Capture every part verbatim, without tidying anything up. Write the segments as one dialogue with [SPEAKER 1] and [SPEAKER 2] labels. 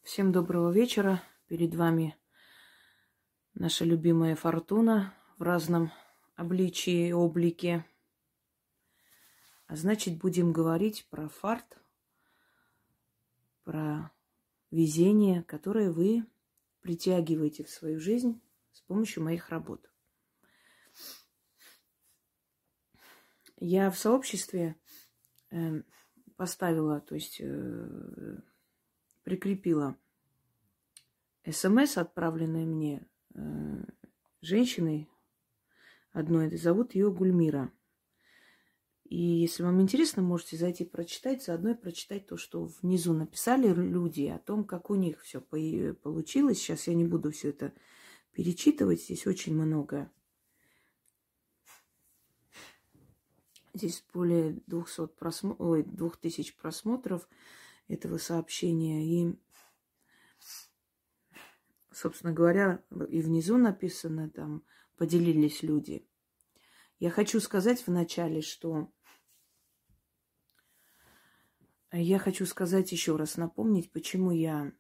[SPEAKER 1] Всем доброго вечера. Перед вами наша любимая Фортуна в разном обличии, облике. А значит, будем говорить про фарт, про везение, которое вы притягиваете в свою жизнь с помощью моих работ. Я в сообществе э, поставила, то есть э, прикрепила СМС, отправленный мне э, женщиной одной, зовут ее Гульмира. И если вам интересно, можете зайти прочитать, заодно и прочитать то, что внизу написали люди, о том, как у них все получилось. Сейчас я не буду все это перечитывать, здесь очень много. Здесь более двухсот просмо... Ой, двух тысяч просмотров этого сообщения. И, собственно говоря, и внизу написано, там поделились люди. Я хочу сказать вначале, что... Я хочу сказать еще раз, напомнить, почему я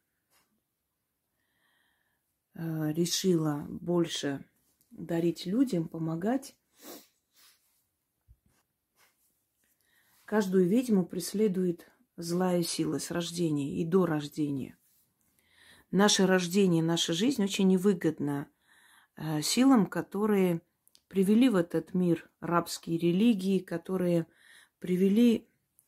[SPEAKER 1] э, решила больше дарить людям, помогать. Каждую ведьму преследует злая сила с рождения и до рождения. Наше рождение, наша жизнь очень невыгодна э, силам, которые привели в этот мир рабские религии, которые привели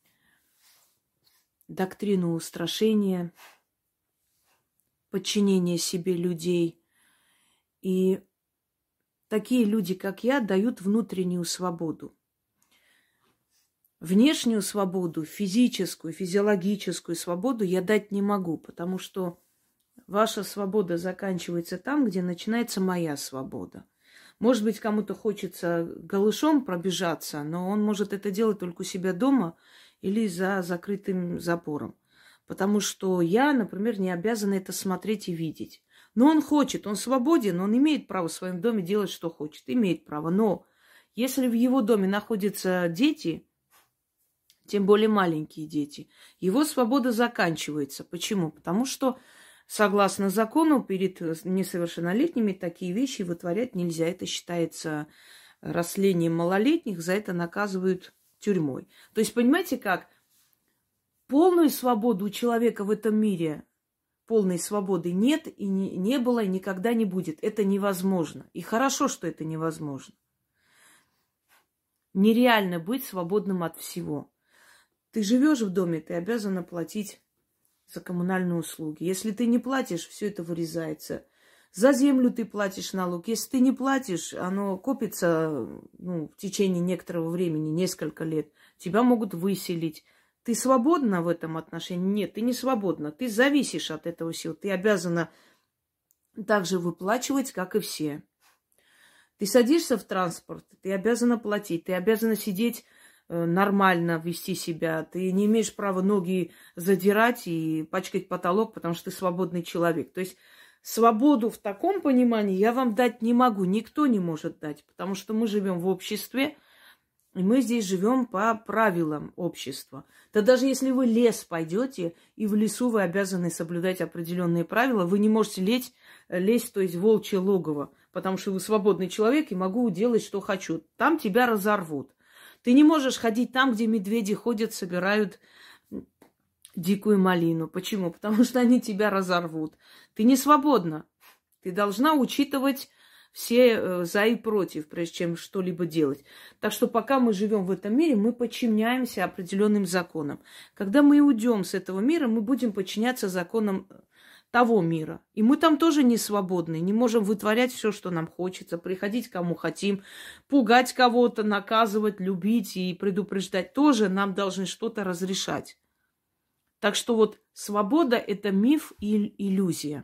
[SPEAKER 1] доктрину устрашения, подчинения себе людей. И такие люди, как я, дают внутреннюю свободу. Внешнюю свободу, физическую, физиологическую свободу я дать не могу, потому что ваша свобода заканчивается там, где начинается моя свобода. Может быть, кому-то хочется голышом пробежаться, но он может это делать только у себя дома или за закрытым забором. Потому что я, например, не обязана это смотреть и видеть. Но он хочет, он свободен, он имеет право в своем доме делать, что хочет. Имеет право. Но если в его доме находятся дети, тем более маленькие дети, его свобода заканчивается. Почему? Потому что, согласно закону, перед несовершеннолетними такие вещи вытворять нельзя. Это считается растлением малолетних, за это наказывают тюрьмой. То есть, понимаете как? Полную свободу у человека в этом мире, полной свободы нет и не, не было, и никогда не будет. Это невозможно. И хорошо, что это невозможно. Нереально быть свободным от всего. Ты живешь в доме, ты обязана платить за коммунальные услуги. Если ты не платишь, все это вырезается. За землю ты платишь налог. Если ты не платишь, оно копится ну, в течение некоторого времени, несколько лет. Тебя могут выселить. Ты свободна в этом отношении? Нет, ты не свободна. Ты зависишь от этого всего. Ты обязана так же выплачивать, как и все. Ты садишься в транспорт, ты обязана платить. Ты обязана сидеть нормально, вести себя. Ты не имеешь права ноги задирать и пачкать потолок, потому что ты свободный человек. То есть свободу в таком понимании я вам дать не могу. Никто не может дать, потому что мы живем в обществе, и мы здесь живем по правилам общества. Да даже если вы в лес пойдете, и в лесу вы обязаны соблюдать определенные правила, вы не можете лезть, лезть, то есть в волчье логово, потому что вы свободный человек и могу делать, что хочу. Там тебя разорвут. Ты не можешь ходить там, где медведи ходят, собирают дикую малину. Почему? Потому что они тебя разорвут. Ты не свободна. Ты должна учитывать все за и против, прежде чем что-либо делать. Так что пока мы живем в этом мире, мы подчиняемся определенным законам. Когда мы уйдем с этого мира, мы будем подчиняться законам того мира. И мы там тоже не свободны, не можем вытворять все, что нам хочется, приходить кому хотим, пугать кого-то, наказывать, любить и предупреждать. Тоже нам должны что-то разрешать. Так что вот свобода – это миф и иллюзия.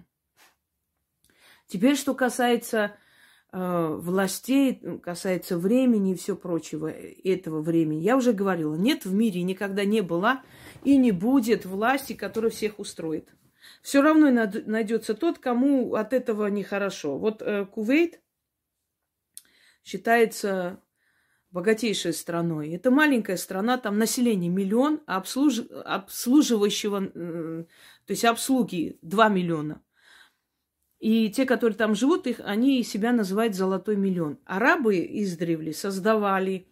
[SPEAKER 1] Теперь, что касается э, властей, касается времени и все прочего этого времени. Я уже говорила, нет в мире, никогда не было и не будет власти, которая всех устроит. Все равно найдется тот, кому от этого нехорошо. Вот э, Кувейт считается богатейшей страной. Это маленькая страна, там население миллион, а обслуж... обслуживающего, то есть обслуги два миллиона. И те, которые там живут, их, они себя называют золотой миллион. Арабы издревле создавали,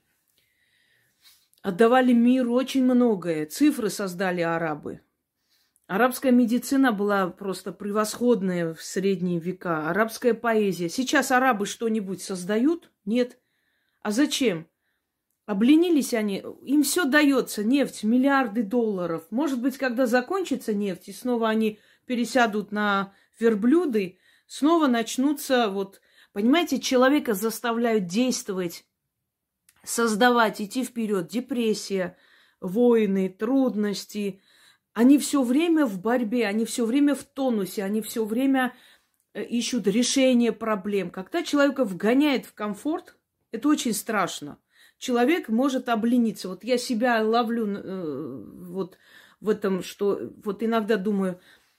[SPEAKER 1] отдавали миру очень многое. Цифры создали арабы. Арабская медицина была просто превосходная в средние века. Арабская поэзия. Сейчас арабы что-нибудь создают? Нет. А зачем? Обленились они. Им все дается. Нефть, миллиарды долларов. Может быть, когда закончится нефть, и снова они пересядут на верблюды, снова начнутся, вот, понимаете, человека заставляют действовать, создавать, идти вперед. Депрессия, войны, трудности. Они все время в борьбе, они все время в тонусе, они все время ищут решение проблем. Когда человека вгоняет в комфорт, это очень страшно. Человек может облениться. Вот я себя ловлю э, вот в этом, что вот иногда думаю,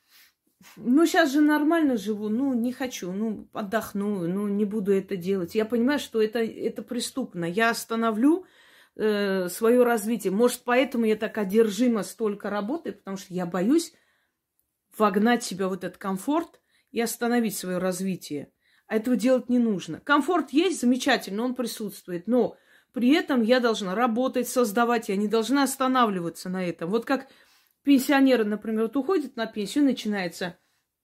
[SPEAKER 1] ну сейчас же нормально живу, ну не хочу, ну отдохну, ну не буду это делать. Я понимаю, что это, это преступно. Я остановлю свое развитие. Может, поэтому я так одержима столько работы, потому что я боюсь вогнать себя в этот комфорт и остановить свое развитие. А этого делать не нужно. Комфорт есть, замечательно, он присутствует, но при этом я должна работать, создавать, я не должна останавливаться на этом. Вот как пенсионеры, например, вот уходят на пенсию, начинается: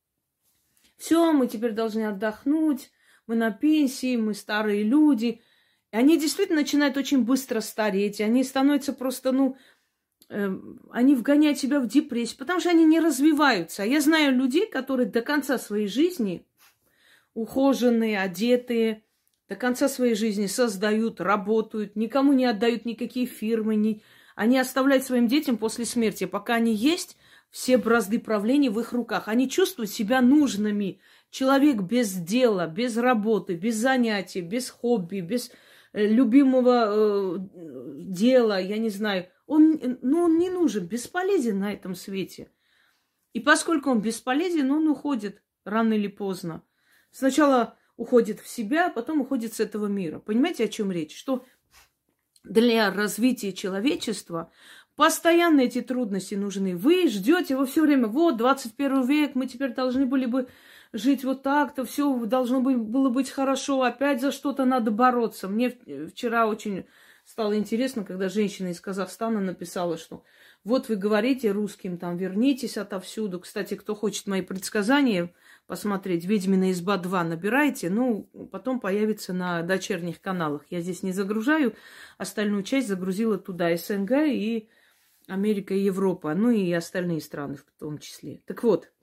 [SPEAKER 1] все, мы теперь должны отдохнуть, мы на пенсии, мы старые люди. И они действительно начинают очень быстро стареть. Они становятся просто, ну, э, они вгоняют себя в депрессию, потому что они не развиваются. А я знаю людей, которые до конца своей жизни ухоженные, одетые, до конца своей жизни создают, работают, никому не отдают никакие фирмы. Не... Они оставляют своим детям после смерти. Пока они есть, все бразды правления в их руках. Они чувствуют себя нужными. Человек без дела, без работы, без занятий, без хобби, без любимого э, дела, я не знаю, он, ну, он не нужен, бесполезен на этом свете. И поскольку он бесполезен, он уходит рано или поздно. Сначала уходит в себя, а потом уходит с этого мира. Понимаете, о чем речь? Что для развития человечества постоянно эти трудности нужны. Вы ждете, вы все время, вот, двадцать первый век, мы теперь должны были бы жить вот так-то, все должно было быть хорошо, опять за что-то надо бороться. Мне вчера очень стало интересно, когда женщина из Казахстана написала, что вот вы говорите русским, там, вернитесь отовсюду. Кстати, кто хочет мои предсказания посмотреть, «Ведьмина изба два» набирайте, ну, потом появится на дочерних каналах. Я здесь не загружаю, остальную часть загрузила туда, СНГ и Америка и Европа, ну и остальные страны в том числе. Так вот.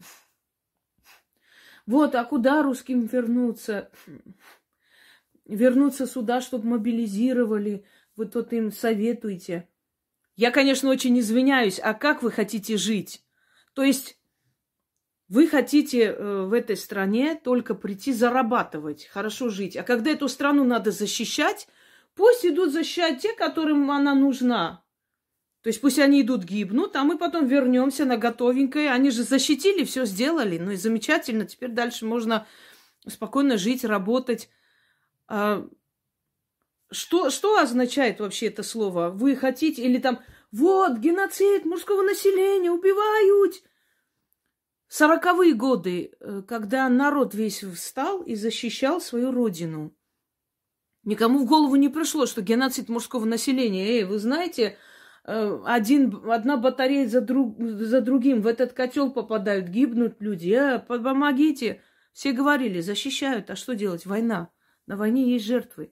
[SPEAKER 1] Вот, а куда русским вернуться? Вернуться сюда, чтобы мобилизировали. Вы тут им советуете. Я, конечно, очень извиняюсь. А как вы хотите жить? То есть вы хотите э, в этой стране только прийти зарабатывать, хорошо жить. А когда эту страну надо защищать, пусть идут защищать те, которым она нужна. То есть пусть они идут гибнут, а мы потом вернемся на готовенькое. Они же защитили, все сделали. Ну и замечательно. Теперь дальше можно спокойно жить, работать. А что, что означает вообще это слово? Вы хотите или там, вот, геноцид мужского населения, убивают. Сороковые годы, когда народ весь встал и защищал свою родину. Никому в голову не пришло, что геноцид мужского населения. Эй, вы знаете... Один, одна батарея за, друг, за другим в этот котел попадают, гибнут люди. А, помогите. Все говорили, защищают. А что делать? Война. На войне есть жертвы.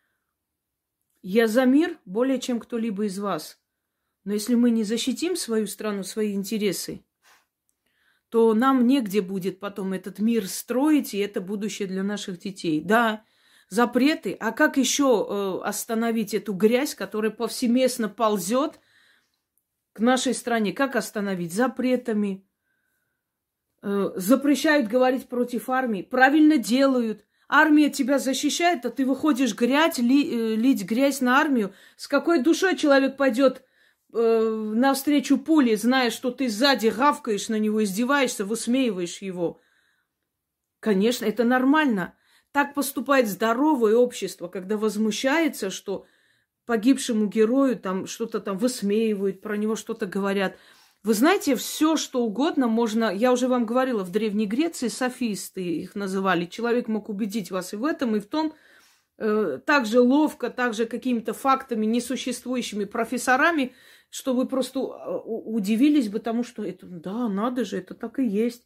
[SPEAKER 1] Я за мир более, чем кто-либо из вас. Но если мы не защитим свою страну, свои интересы, то нам негде будет потом этот мир строить, и это будущее для наших детей. Да, запреты. А как еще э, остановить эту грязь, которая повсеместно ползет к нашей стране? Как остановить? Запретами. Э, запрещают говорить против армии. Правильно делают. Армия тебя защищает, а ты выходишь грязь, ли, э, лить грязь на армию. С какой душой человек пойдет э, навстречу пуле, зная, что ты сзади гавкаешь на него, издеваешься, высмеиваешь его? Конечно, это нормально. Так поступает здоровое общество, когда возмущается, что погибшему герою там что-то там высмеивают, про него что-то говорят. Вы знаете, все, что угодно можно... Я уже вам говорила, в Древней Греции софисты их называли. Человек мог убедить вас и в этом, и в том. Э, так же ловко, так же какими-то фактами, несуществующими профессорами, что вы просто удивились бы тому, что это... Да, надо же, это так и есть.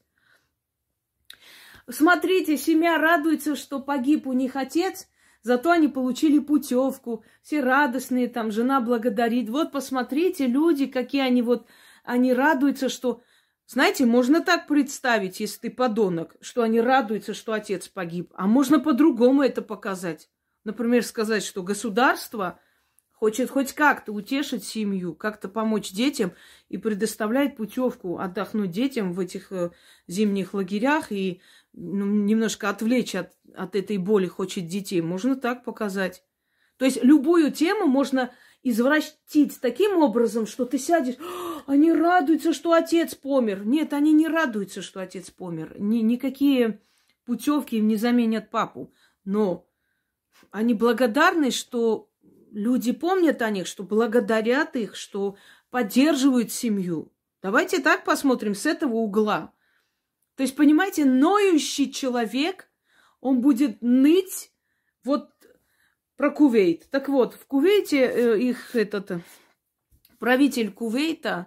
[SPEAKER 1] Смотрите, семья радуется, что погиб у них отец, зато они получили путевку. Все радостные, там, жена благодарит. Вот, посмотрите, люди, какие они вот... Они радуются, что... Знаете, можно так представить, если ты подонок, что они радуются, что отец погиб. А можно по-другому это показать. Например, сказать, что государство хочет хоть как-то утешить семью, как-то помочь детям и предоставляет путевку отдохнуть детям в этих зимних лагерях и ну, немножко отвлечь от, от этой боли хочет детей. Можно так показать. То есть любую тему можно... извратить таким образом, что ты сядешь, они радуются, что отец помер. Нет, они не радуются, что отец помер. Ни, никакие путевки им не заменят папу. Но они благодарны, что люди помнят о них, что благодарят их, что поддерживают семью. Давайте так посмотрим с этого угла. То есть, понимаете, ноющий человек, он будет ныть вот про Кувейт. Так вот, в Кувейте э, их этот правитель Кувейта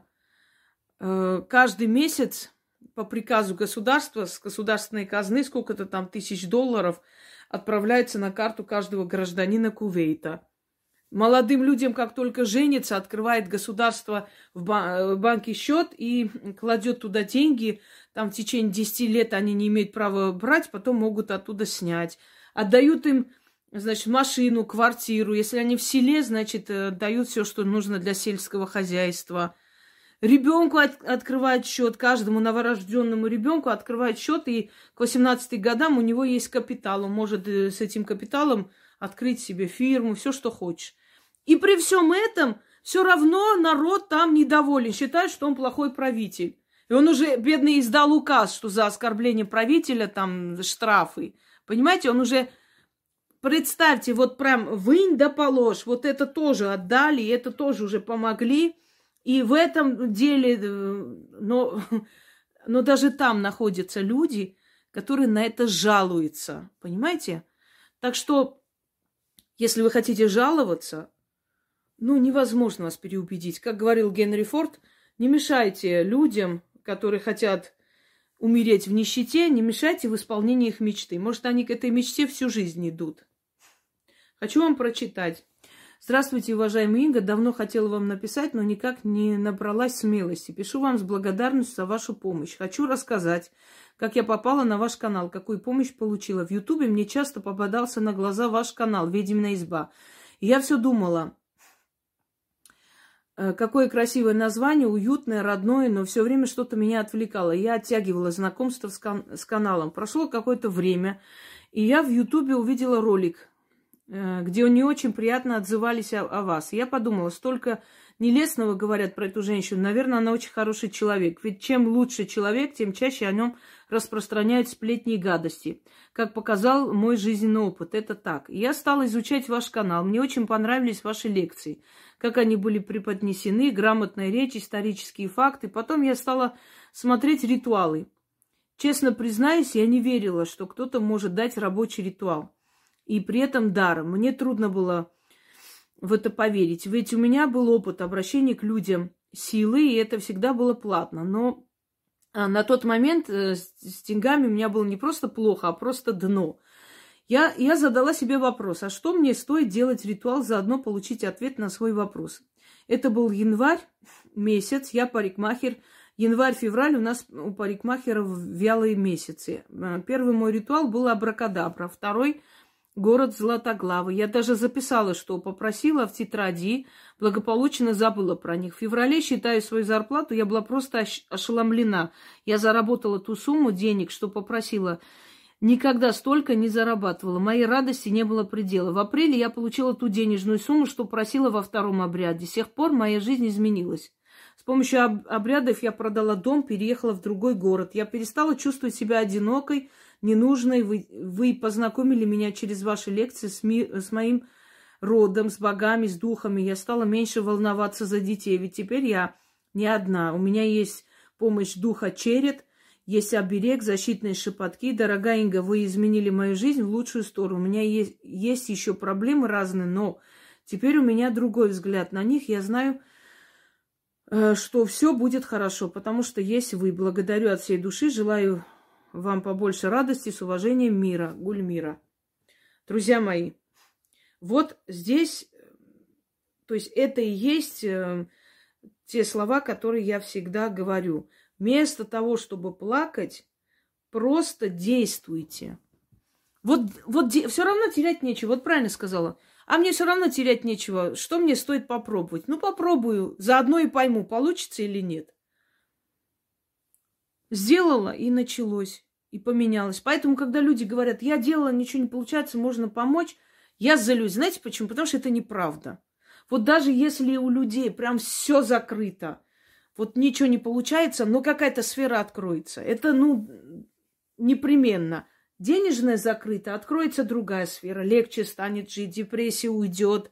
[SPEAKER 1] э, каждый месяц по приказу государства с государственной казны сколько-то там тысяч долларов отправляется на карту каждого гражданина Кувейта. Молодым людям, как только женится, открывает государство в банке счет и кладет туда деньги. Там в течение десяти лет они не имеют права брать, потом могут оттуда снять. Отдают им, значит, машину, квартиру. Если они в селе, значит, дают все, что нужно для сельского хозяйства. Ребенку от, открывают счет, каждому новорожденному ребенку открывают счет, и к восемнадцати годам у него есть капитал. Он может с этим капиталом открыть себе фирму, все, что хочешь. И при всем этом все равно народ там недоволен, считает, что он плохой правитель. И он уже, бедный, издал указ, что за оскорбление правителя там штрафы. Понимаете, он уже... Представьте, вот прям вынь да положь, вот это тоже отдали, это тоже уже помогли. И в этом деле, но, но даже там находятся люди, которые на это жалуются. Понимаете? Так что, если вы хотите жаловаться, ну, невозможно вас переубедить. Как говорил Генри Форд, не мешайте людям, которые хотят умереть в нищете, не мешайте в исполнении их мечты. Может, они к этой мечте всю жизнь идут. Хочу вам прочитать. Здравствуйте, уважаемый Инга. Давно хотела вам написать, но никак не набралась смелости. Пишу вам с благодарностью за вашу помощь. Хочу рассказать, как я попала на ваш канал, какую помощь получила. В Ютубе мне часто попадался на глаза ваш канал «Ведьмина изба». И я все думала, какое красивое название, уютное, родное, но все время что-то меня отвлекало. Я оттягивала знакомство с, кан- с каналом. Прошло какое-то время, и я в Ютубе увидела ролик, где не очень приятно отзывались о, о вас. Я подумала, столько нелестного говорят про эту женщину. Наверное, она очень хороший человек. Ведь чем лучше человек, тем чаще о нем распространяют сплетни и гадости. Как показал мой жизненный опыт. Это так. Я стала изучать ваш канал. Мне очень понравились ваши лекции. Как они были преподнесены, грамотная речь, исторические факты. Потом я стала смотреть ритуалы. Честно признаюсь, я не верила, что кто-то может дать рабочий ритуал. И при этом даром. Мне трудно было в это поверить. Ведь у меня был опыт обращения к людям силы, и это всегда было платно. Но на тот момент с деньгами у меня было не просто плохо, а просто дно. Я, я задала себе вопрос, а что мне стоит делать ритуал, заодно получить ответ на свой вопрос? Это был январь месяц, я парикмахер. Январь-февраль у нас у парикмахеров вялые месяцы. Первый мой ритуал был абракадабра, второй – город Златоглавый. Я даже записала, что попросила в тетради, благополучно забыла про них. В феврале, считая свою зарплату, я была просто ошеломлена. Я заработала ту сумму денег, что попросила. Никогда столько не зарабатывала. Моей радости не было предела. В апреле я получила ту денежную сумму, что просила во втором обряде. С тех пор моя жизнь изменилась. С помощью обрядов я продала дом, переехала в другой город. Я перестала чувствовать себя одинокой, ненужной. Вы, вы познакомили меня через ваши лекции с, ми, с моим родом, с богами, с духами. Я стала меньше волноваться за детей. Ведь теперь я не одна. У меня есть помощь духа Черед, есть оберег, защитные шепотки. Дорогая Инга, вы изменили мою жизнь в лучшую сторону. У меня есть, есть еще проблемы разные, но теперь у меня другой взгляд на них. Я знаю, что все будет хорошо, потому что есть вы. Благодарю от всей души, желаю вам побольше радости, с уважением, мира. Гульмира. Друзья мои, вот здесь, то есть это и есть э, те слова, которые я всегда говорю. Вместо того, чтобы плакать, просто действуйте. Вот, вот де- все равно терять нечего. Вот правильно сказала. А мне все равно терять нечего. Что мне стоит попробовать? Ну, попробую. Заодно и пойму, получится или нет. Сделала, и началось. И поменялось. Поэтому, когда люди говорят, я делала, ничего не получается, можно помочь, я злюсь. Знаете почему? Потому что это неправда. Вот даже если у людей прям все закрыто, вот ничего не получается, но какая-то сфера откроется. Это, ну, непременно. Денежная закрыта, откроется другая сфера. Легче станет жить, депрессия уйдет,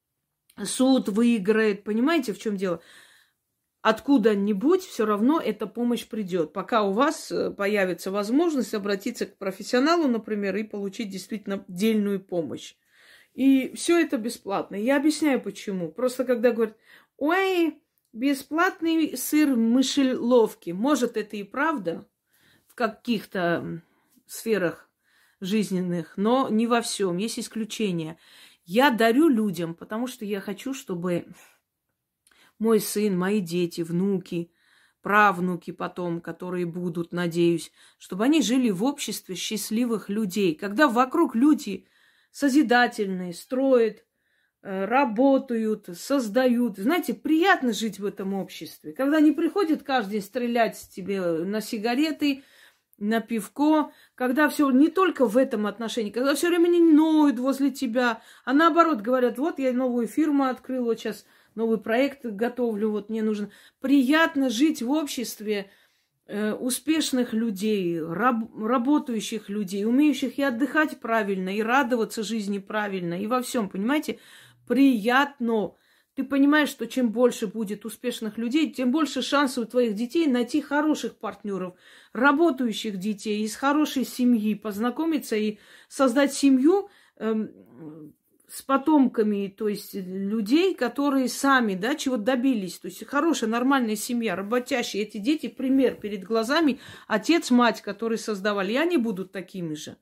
[SPEAKER 1] суд выиграет. Понимаете, в чем дело? Откуда-нибудь все равно эта помощь придет, пока у вас появится возможность обратиться к профессионалу, например, и получить действительно дельную помощь. И все это бесплатно. Я объясняю, почему. Просто когда говорят, ой, бесплатный сыр в мышеловке. Может, это и правда в каких-то сферах жизненных, но не во всем. Есть исключения. Я дарю людям, потому что я хочу, чтобы мой сын, мои дети, внуки, правнуки потом, которые будут, надеюсь, чтобы они жили в обществе счастливых людей. Когда вокруг люди созидательные, строят, работают, создают. Знаете, приятно жить в этом обществе. Когда не приходит каждый день стрелять тебе на сигареты, на пивко, когда все не только в этом отношении, когда все время не ноют возле тебя, а наоборот говорят, вот я новую фирму открыл, вот сейчас новый проект готовлю, вот мне нужно. Приятно жить в обществе э, успешных людей, раб, работающих людей, умеющих и отдыхать правильно, и радоваться жизни правильно, и во всем, понимаете? Приятно. Ты понимаешь, что чем больше будет успешных людей, тем больше шансов у твоих детей найти хороших партнеров, работающих детей, из хорошей семьи, познакомиться и создать семью э, с потомками, то есть людей, которые сами, да, чего добились. То есть хорошая, нормальная семья, работящие. Эти дети, пример перед глазами, отец, мать, которые создавали, и они будут такими же.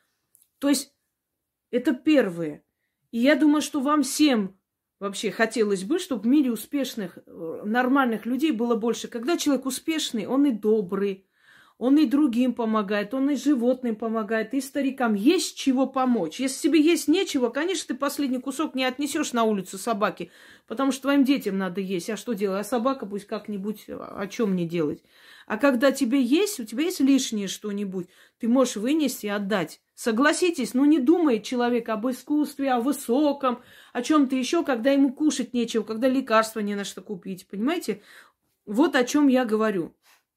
[SPEAKER 1] То есть это первое. И я думаю, что вам всем вообще хотелось бы, чтобы в мире успешных, нормальных людей было больше. Когда человек успешный, он и добрый, он и другим помогает, он и животным помогает, и старикам. Есть чего помочь. Если тебе есть нечего, конечно, ты последний кусок не отнесешь на улицу собаке, потому что твоим детям надо есть. А что делать? А собака пусть как-нибудь о чем не делать. А когда тебе есть, у тебя есть лишнее что-нибудь, ты можешь вынести и отдать. Согласитесь, ну не думает человек об искусстве, о высоком, о чем-то еще, когда ему кушать нечего, когда лекарства не на что купить. Понимаете? Вот о чем я говорю.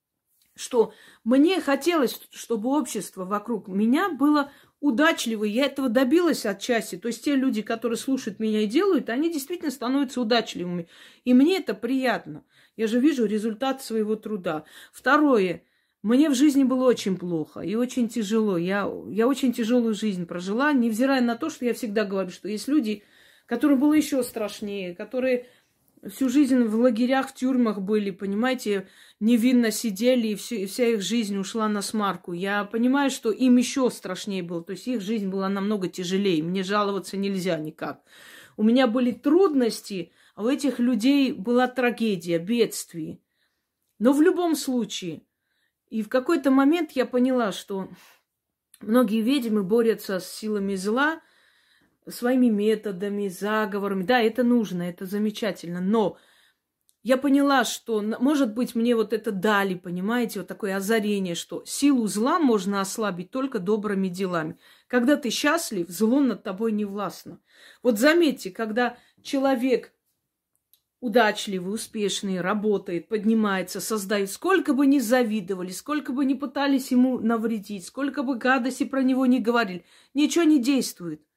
[SPEAKER 1] Что мне хотелось, чтобы общество вокруг меня было удачливо. Я этого добилась отчасти. То есть те люди, которые слушают меня и делают, они действительно становятся удачливыми. И мне это приятно. Я же вижу результат своего труда. Второе. Мне в жизни было очень плохо и очень тяжело. Я, я очень тяжелую жизнь прожила, невзирая на то, что я всегда говорю, что есть люди, которым было еще страшнее, которые всю жизнь в лагерях, в тюрьмах были, понимаете, невинно сидели, и, все, и вся их жизнь ушла на смарку. Я понимаю, что им еще страшнее было, то есть их жизнь была намного тяжелее, мне жаловаться нельзя никак. У меня были трудности, а у этих людей была трагедия, бедствие. Но в любом случае, и в какой-то момент я поняла, что многие ведьмы борются с силами зла, своими методами, заговорами. Да, это нужно, это замечательно. Но я поняла, что, может быть, мне вот это дали, понимаете, вот такое озарение, что силу зла можно ослабить только добрыми делами. Когда ты счастлив, зло над тобой не властно. Вот заметьте, когда человек удачливый, успешный, работает, поднимается, создает, сколько бы ни завидовали, сколько бы ни пытались ему навредить, сколько бы гадости про него ни говорили, ничего не действует.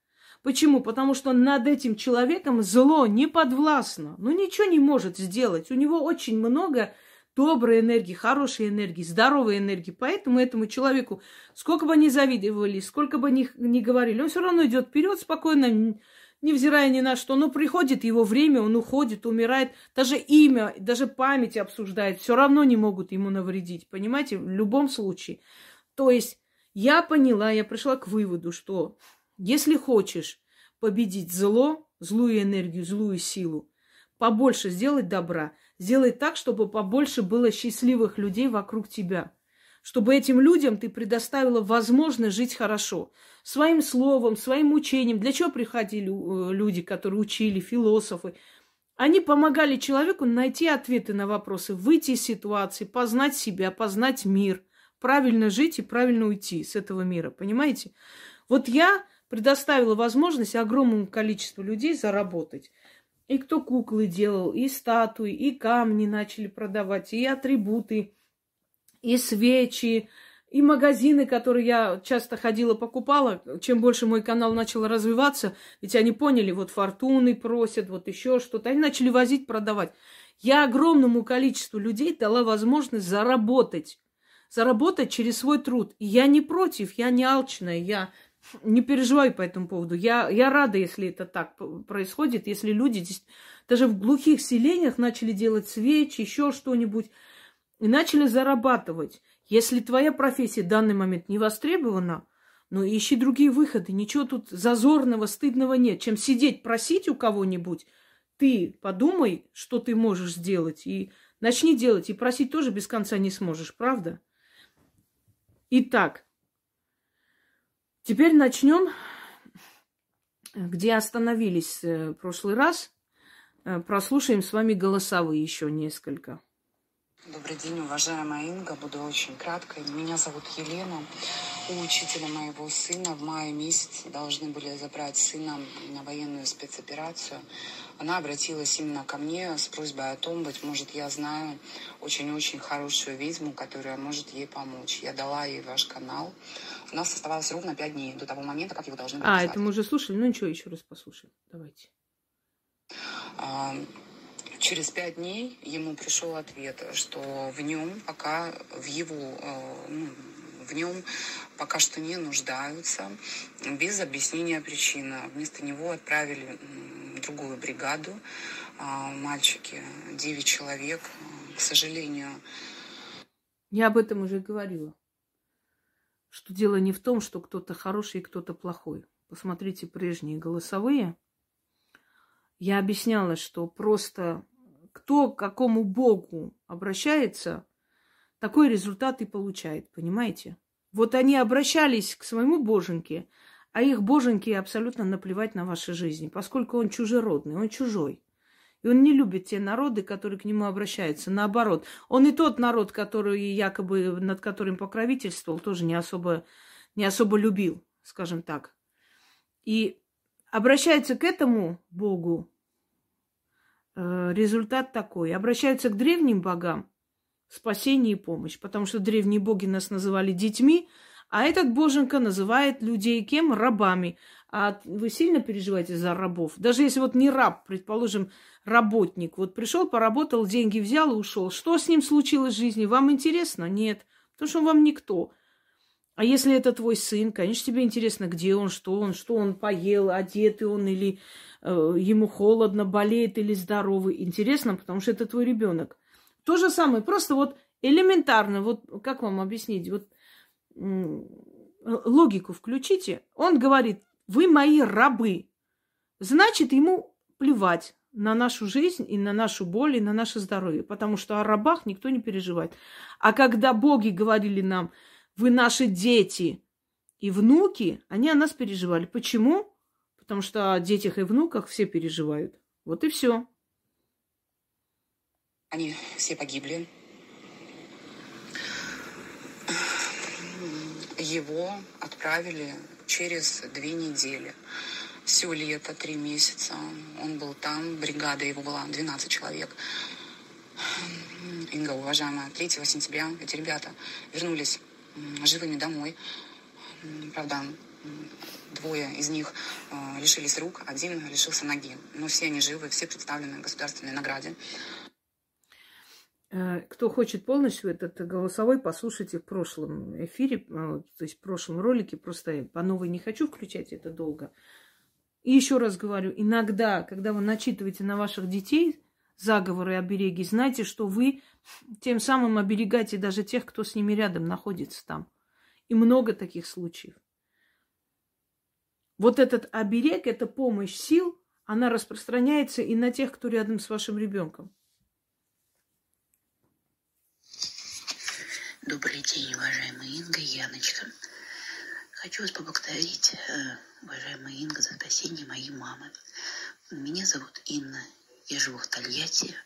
[SPEAKER 1] Почему? Потому что над этим человеком зло не подвластно. Ну, ничего не может сделать. У него очень много доброй энергии, хорошей энергии, здоровой энергии. Поэтому этому человеку, сколько бы ни завидовали, сколько бы ни, ни говорили, он все равно идет вперед спокойно, невзирая ни на что. Но приходит его время, он уходит, умирает. Даже имя, даже память обсуждает. Все равно не могут ему навредить. Понимаете? В любом случае. То есть я поняла, я пришла к выводу, что если хочешь победить зло, злую энергию, злую силу, побольше сделать добра, сделай так, чтобы побольше было счастливых людей вокруг тебя. Чтобы этим людям ты предоставила возможность жить хорошо. Своим словом, своим учением. Для чего приходили люди, которые учили, философы? Они помогали человеку найти ответы на вопросы, выйти из ситуации, познать себя, познать мир, правильно жить и правильно уйти с этого мира. Понимаете? Вот я предоставила возможность огромному количеству людей заработать. И кто куклы делал, и статуи, и камни начали продавать, и атрибуты, и свечи, и магазины, которые я часто ходила, покупала. Чем больше мой канал начал развиваться, ведь они поняли, вот фортуны просят, вот еще что-то. Они начали возить, продавать. Я огромному количеству людей дала возможность заработать. Заработать через свой труд. И я не против, я не алчная, я не переживаю по этому поводу. Я, я рада, если это так происходит, если люди здесь, даже в глухих селениях начали делать свечи, еще что-нибудь, и начали зарабатывать. Если твоя профессия в данный момент не востребована, ну ищи другие выходы. Ничего тут зазорного, стыдного нет. Чем сидеть, просить у кого-нибудь, ты подумай, что ты можешь сделать, и начни делать. И просить тоже без конца не сможешь, правда? Итак, теперь начнем, где остановились в прошлый раз. Прослушаем с вами голосовые еще несколько.
[SPEAKER 2] Добрый день, уважаемая Инга. Буду очень краткой. Меня зовут Елена. У учителя моего сына в мае месяце должны были забрать сына на военную спецоперацию. Она обратилась именно ко мне с просьбой о том, быть может, я знаю очень-очень хорошую ведьму, которая может ей помочь. Я дала ей ваш канал. У нас оставалось ровно пять дней до того момента, как его должны были
[SPEAKER 1] А,
[SPEAKER 2] взять.
[SPEAKER 1] это мы уже слушали. Ну ничего, еще раз послушаем. Давайте.
[SPEAKER 2] А, Через пять дней ему пришел ответ, что в нем пока, в его, ну, в нем пока что не нуждаются, без объяснения причины. Вместо него отправили другую бригаду, мальчики, девять человек, к сожалению.
[SPEAKER 1] Я об этом уже говорила, что дело не в том, что кто-то хороший и кто-то плохой. Посмотрите прежние голосовые. Я объясняла, что просто кто к какому богу обращается, такой результат и получает, понимаете? Вот они обращались к своему боженьке, а их боженьке абсолютно наплевать на ваши жизни, поскольку он чужеродный, он чужой. И он не любит те народы, которые к нему обращаются. Наоборот, он и тот народ, который якобы над которым покровительствовал, тоже не особо, не особо любил, скажем так. И обращается к этому богу, результат такой. Обращаются к древним богам, спасение и помощь. Потому что древние боги нас называли детьми, а этот боженька называет людей кем? Рабами. А вы сильно переживаете за рабов? Даже если вот не раб, предположим, работник. Вот пришел, поработал, деньги взял и ушел. Что с ним случилось в жизни? Вам интересно? Нет. Потому что он вам никто. А если это твой сын, конечно, тебе интересно, где он, что он, что он поел, одетый он или э, ему холодно, болеет или здоровый. Интересно, потому что это твой ребенок. То же самое, просто вот элементарно, вот как вам объяснить, вот м- логику включите. Он говорит, вы мои рабы. Значит, ему плевать на нашу жизнь и на нашу боль, и на наше здоровье, потому что о рабах никто не переживает. А когда боги говорили нам, вы наши дети и внуки, они о нас переживали. Почему? Потому что о детях и внуках все переживают. Вот и все.
[SPEAKER 2] Они все погибли. Его отправили через две недели. Все лето, три месяца он был там. Бригада его была двенадцать человек. Инга, уважаемая, третьего сентября эти ребята вернулись живыми домой. Правда, Двое из них э, лишились рук, один лишился ноги. Но все они живы, все представлены государственной награде.
[SPEAKER 1] Кто хочет полностью этот голосовой, послушайте в прошлом эфире, то есть в прошлом ролике. Просто по новой не хочу включать, это долго. И еще раз говорю, иногда, когда вы начитываете на ваших детей заговоры и обереги, знайте, что вы тем самым оберегаете даже тех, кто с ними рядом находится там. И много таких случаев. Вот этот оберег, эта помощь сил, она распространяется и на тех, кто рядом с вашим ребенком.
[SPEAKER 3] Добрый день, уважаемая Инга и Яночка. Хочу вас поблагодарить, уважаемая Инга, за спасение моей мамы. Меня зовут Инна, я живу в Тольятти.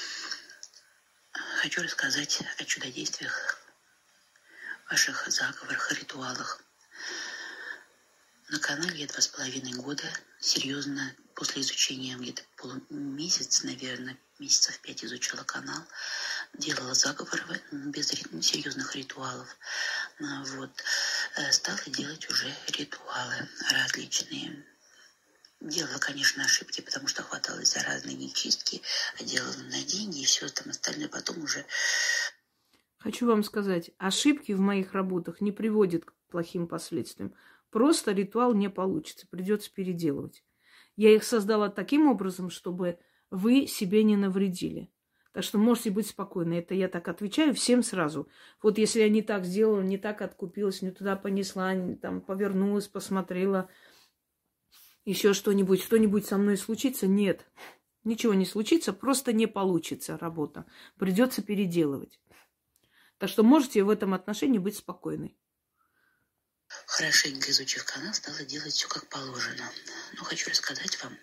[SPEAKER 3] Хочу рассказать о чудодействиях, ваших заговорах, ритуалах. На канале я два с половиной года, серьезно, после изучения где-то полумесяц, наверное, месяцев пять изучала канал, делала заговоры без серьезных ритуалов. Вот. Стала делать уже ритуалы различные. Делала, конечно, ошибки, потому что хваталась за разные нечистки, а делала на деньги и все там остальное потом уже.
[SPEAKER 1] Хочу вам сказать, ошибки в моих работах не приводят к плохим последствиям. Просто ритуал не получится, придется переделывать. Я их создала таким образом, чтобы вы себе не навредили. Так что можете быть спокойны. Это я так отвечаю всем сразу. Вот если я не так сделала, не так откупилась, не туда понесла, не там повернулась, посмотрела, еще что-нибудь, что-нибудь со мной случится, нет. Ничего не случится, просто не получится работа. Придется переделывать. Так что можете в этом отношении быть спокойны.
[SPEAKER 3] Хорошенько изучив канал, стала делать все как положено. Но хочу рассказать вам.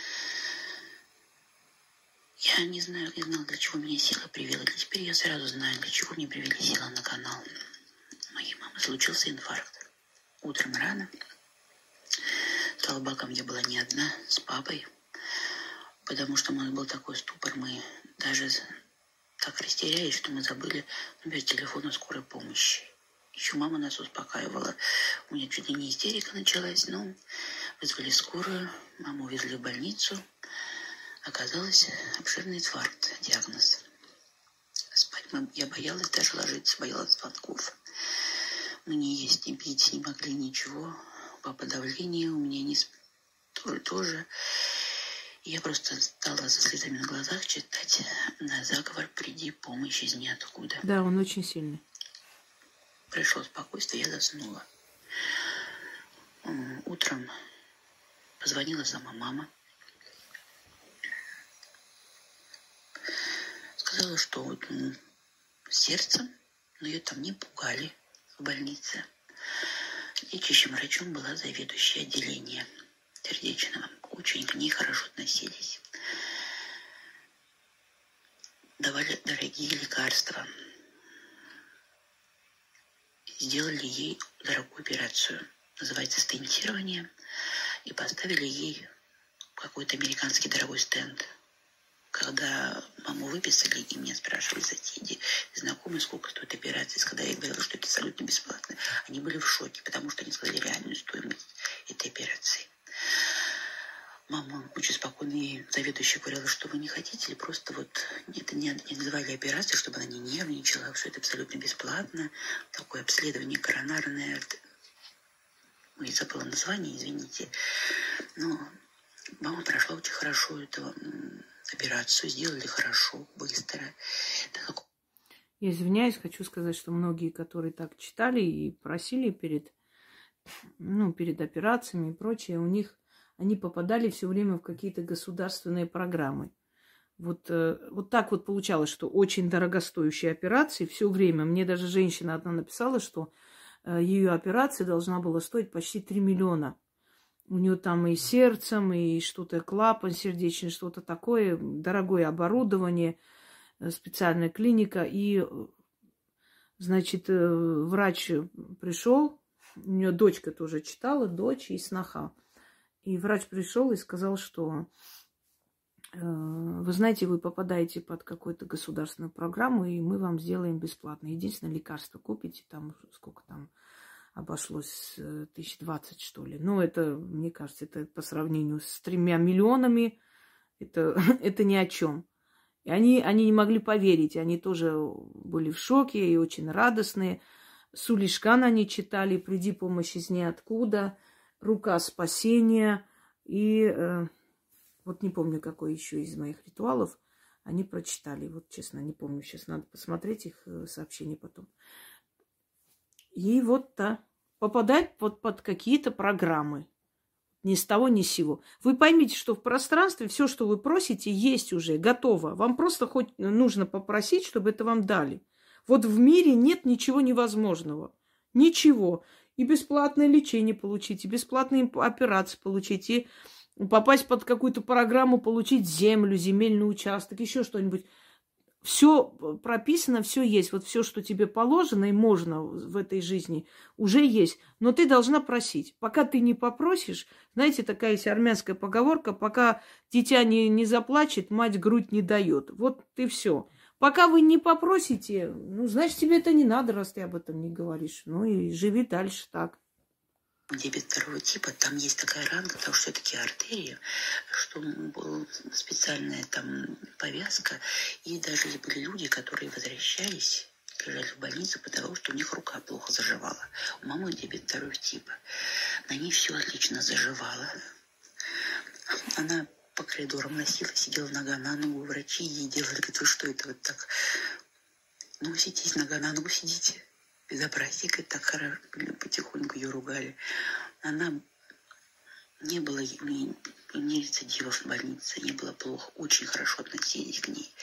[SPEAKER 3] Я не знаю, не знала, для чего меня сила привела. Теперь я сразу знаю, для чего мне привели сила на канал. У моей мамы случился инфаркт. Утром рано. Слава богам, я была не одна, с папой. Потому что у нас был такой ступор. Мы даже так растерялись, что мы забыли номер телефона скорой помощи. Еще мама нас успокаивала. У меня чуть ли не истерика началась, но вызвали скорую, маму увезли в больницу. Оказалось, обширный инфаркт, диагноз. Спать мы, я боялась даже ложиться, боялась звонков. Мы не есть, не пить не могли, ничего. Папа давление, у меня не тоже, тоже. Я просто стала со слезами на глазах читать на заговор «Приди, помощь из ниоткуда».
[SPEAKER 1] Да, он очень сильный.
[SPEAKER 3] Пришло спокойствие, я заснула. Утром позвонила сама мама. Сказала, что вот, ну, сердцем, но ее там не пугали в больнице. Лечащим врачом была заведующая отделения сердечного. Очень к ней хорошо относились. Давали дорогие лекарства. Сделали ей дорогую операцию. Называется стентирование. И поставили ей какой-то американский дорогой стенд. Когда маму выписали, и меня спрашивали соседи, знакомые, сколько стоит операция. Когда я говорила, что это абсолютно бесплатно, они были в шоке, потому что они сказали реальную стоимость этой операции. Мама очень спокойно, и заведующая говорила, что вы не хотите, или просто вот это не, не называли операцией, чтобы она не нервничала, что это абсолютно бесплатно. Такое обследование коронарное. Ой, забыла название, извините. Но мама прошла очень хорошо эту операцию, сделали хорошо, быстро. Так...
[SPEAKER 1] Я извиняюсь, хочу сказать, что многие, которые так читали и просили перед, ну, перед операциями и прочее, у них они попадали все время в какие-то государственные программы. Вот, вот так вот получалось, что очень дорогостоящие операции все время. Мне даже женщина одна написала, что ее операция должна была стоить почти три миллиона. У нее там и сердцем, и что-то клапан сердечный, что-то такое, дорогое оборудование, специальная клиника. И, значит, врач пришел, у нее дочка тоже читала, дочь и сноха. И врач пришел и сказал, что вы знаете, вы попадаете под какую-то государственную программу, и мы вам сделаем бесплатно. Единственное, лекарство купите, там сколько там, обошлось тысяч двадцать, что ли. Ну, это, мне кажется, это по сравнению с тремя миллионами, это, это ни о чем. И они, они не могли поверить, они тоже были в шоке и очень радостные. Сулишкан они читали, «Приди, помощь из ниоткуда», «Рука спасения». И э, вот не помню, какой еще из моих ритуалов они прочитали. Вот, честно, не помню. Сейчас надо посмотреть их сообщения потом. И вот, да, попадать вот под какие-то программы. Ни с того, ни с сего. Вы поймите, что в пространстве все, что вы просите, есть уже, готово. Вам просто хоть нужно попросить, чтобы это вам дали. Вот в мире нет ничего невозможного. Ничего. И бесплатное лечение получить, и бесплатные операции получить, и попасть под какую-то программу, получить землю, земельный участок, еще что-нибудь. Все прописано, все есть. Вот все, что тебе положено и можно в этой жизни, уже есть. Но ты должна просить. Пока ты не попросишь, знаете, такая есть армянская поговорка, пока дитя не, не заплачет, мать грудь не дает. Вот и все. Пока вы не попросите, ну, значит, тебе это не надо, раз ты об этом не говоришь. Ну и живи дальше так.
[SPEAKER 3] Диабет второго типа, там есть такая ранга, потому что все-таки артерия, что была специальная там повязка. И даже были люди, которые возвращались, лежали в больнице, потому что у них рука плохо заживала. У мамы диабет второго типа. На ней все отлично заживало. Она по коридорам носила, сидела нога на ногу, врачи ей делали, говорят, вы что это вот так? Ну, сидите, нога на ногу сидите. Безобразие, говорит, так хорошо, потихоньку ее ругали. Она не было ни, ни рецидивов в больнице, не было плохо, очень хорошо относились к ней.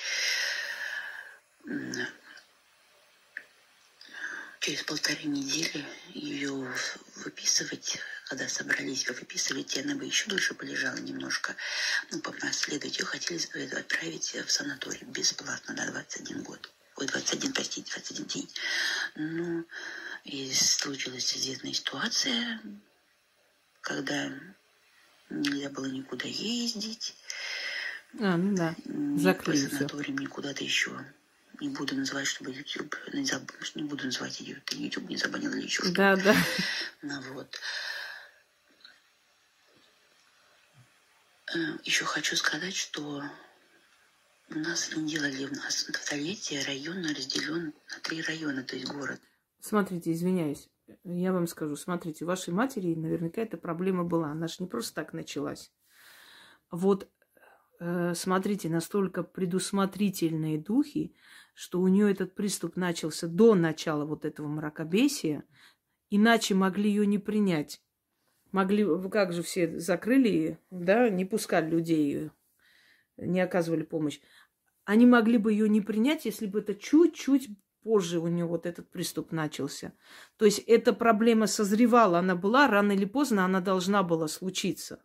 [SPEAKER 3] Через полторы недели ее выписывать, когда собрались ее выписывать, и она бы еще дольше полежала немножко. Ну, последовать ее хотели отправить в санаторий бесплатно на двадцать один год. Ой, двадцать один, простите, двадцать один день. Ну, и случилась известная ситуация, когда нельзя было никуда ездить.
[SPEAKER 1] А, ну да, закрыли
[SPEAKER 3] по санаториям, ни куда-то еще. Не буду называть, чтобы YouTube, не, заб... не буду называть YouTube, не забанил или еще что-то.
[SPEAKER 1] Да, да.
[SPEAKER 3] Ну вот. Еще хочу сказать, что у нас не делали, у нас столетие район разделен на три района, то есть город.
[SPEAKER 1] Смотрите, извиняюсь, я вам скажу, смотрите, у вашей матери наверняка эта проблема была, она же не просто так началась. Вот, э, смотрите, настолько предусмотрительные духи, что у нее этот приступ начался до начала вот этого мракобесия, иначе могли ее не принять. Могли, как же все закрыли, да, не пускали людей, не оказывали помощь. Они могли бы ее не принять, если бы это чуть-чуть позже у нее вот этот приступ начался. То есть эта проблема созревала, она была, рано или поздно она должна была случиться.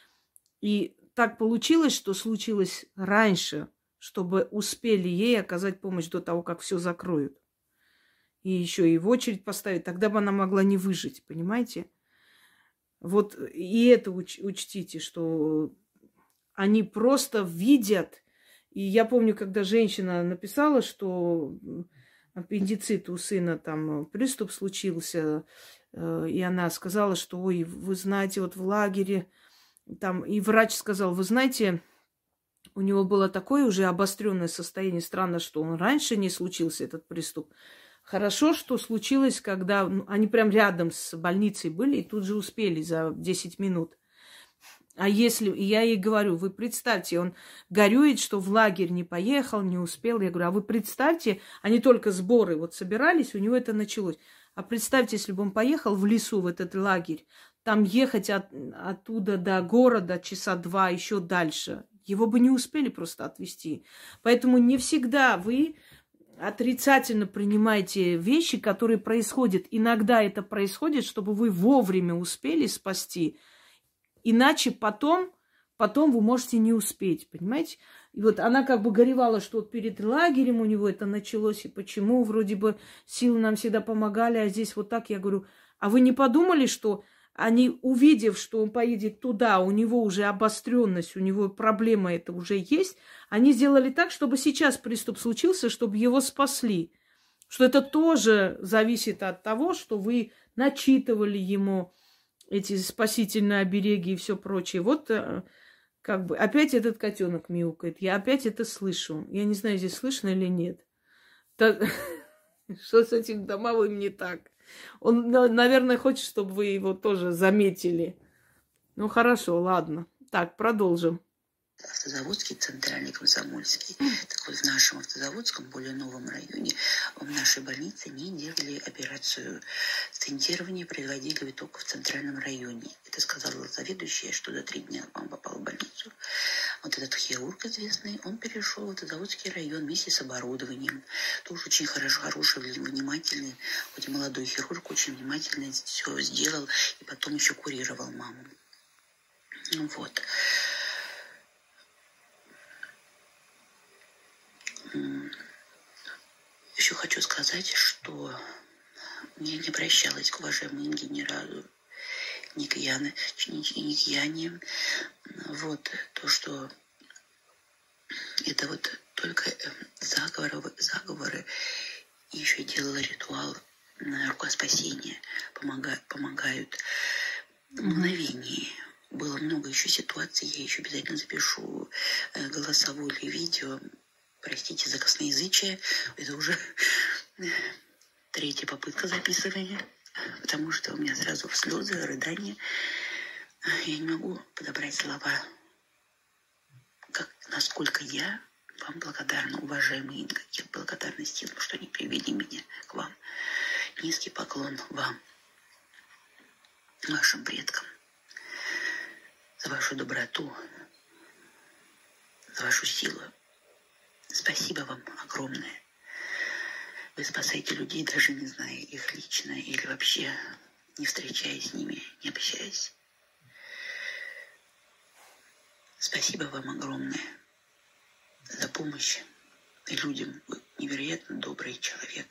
[SPEAKER 1] И так получилось, что случилось раньше, чтобы успели ей оказать помощь до того, как все закроют. И еще и в очередь поставить, тогда бы она могла не выжить, понимаете? Вот и это уч- учтите, что они просто видят. И я помню, когда женщина написала, что аппендицит у сына, там приступ случился, и она сказала, что, ой, вы знаете, вот в лагере, там, и врач сказал, вы знаете, у него было такое уже обостренное состояние, странно, что он раньше не случился, этот приступ. Хорошо, что случилось, когда ну, они прям рядом с больницей были и тут же успели за десять минут. А если, и я ей говорю, вы представьте, он горюет, что в лагерь не поехал, не успел. Я говорю, а вы представьте, они только сборы вот собирались, у него это началось. А представьте, если бы он поехал в лесу, в этот лагерь, там ехать от, оттуда до города часа два, еще дальше. Его бы не успели просто отвезти. Поэтому не всегда вы отрицательно принимаете вещи, которые происходят. Иногда это происходит, чтобы вы вовремя успели спасти. Иначе потом, потом вы можете не успеть, понимаете? И вот она как бы горевала, что вот перед лагерем у него это началось, и почему вроде бы силы нам всегда помогали, а здесь вот так. Я говорю, а вы не подумали, что они, увидев, что он поедет туда, у него уже обостренность, у него проблема это уже есть, они сделали так, чтобы сейчас приступ случился, чтобы его спасли. Что это тоже зависит от того, что вы начитывали ему эти спасительные обереги и все прочее. Вот как бы опять этот котенок мяукает. Я опять это слышу. Я не знаю, здесь слышно или нет. Так, что с этим домовым не так? Он, наверное, хочет, чтобы вы его тоже заметили. Ну, хорошо, ладно. Так, продолжим.
[SPEAKER 3] Автозаводский, центральный, Комсомольский. Так вот, в нашем автозаводском, более новом районе, в нашей больнице не делали операцию стентирования, производили только в центральном районе. Это сказала заведующая, что за три дня мама попала в больницу. Вот этот хирург известный, он перешел в автозаводский район вместе с оборудованием. Тоже очень хорошо, хороший, внимательный, хоть и молодой хирург, очень внимательно все сделал и потом еще курировал маму. Ну вот. Еще хочу сказать, что я не обращалась к уважаемой Инге ни разу, ни к Яне, ни, ни к Яне. Вот то, что это вот только заговоры, заговоры. И еще делала ритуал рукоспасения, помогают, помогают в мгновении. Было много еще ситуаций, я еще обязательно запишу голосовое или видео. Простите за косноязычие, это уже третья попытка записывания, потому что у меня сразу слезы, рыдания. Я не могу подобрать слова, как, насколько я вам благодарна, уважаемая Инга. Я благодарность тем, что не привели меня к вам. Низкий поклон вам, вашим предкам, за вашу доброту, за вашу силу. Спасибо вам огромное. Вы спасаете людей, даже не зная их лично или вообще не встречаясь с ними, не общаясь. Спасибо вам огромное за помощь людям. Вы невероятно добрый человек.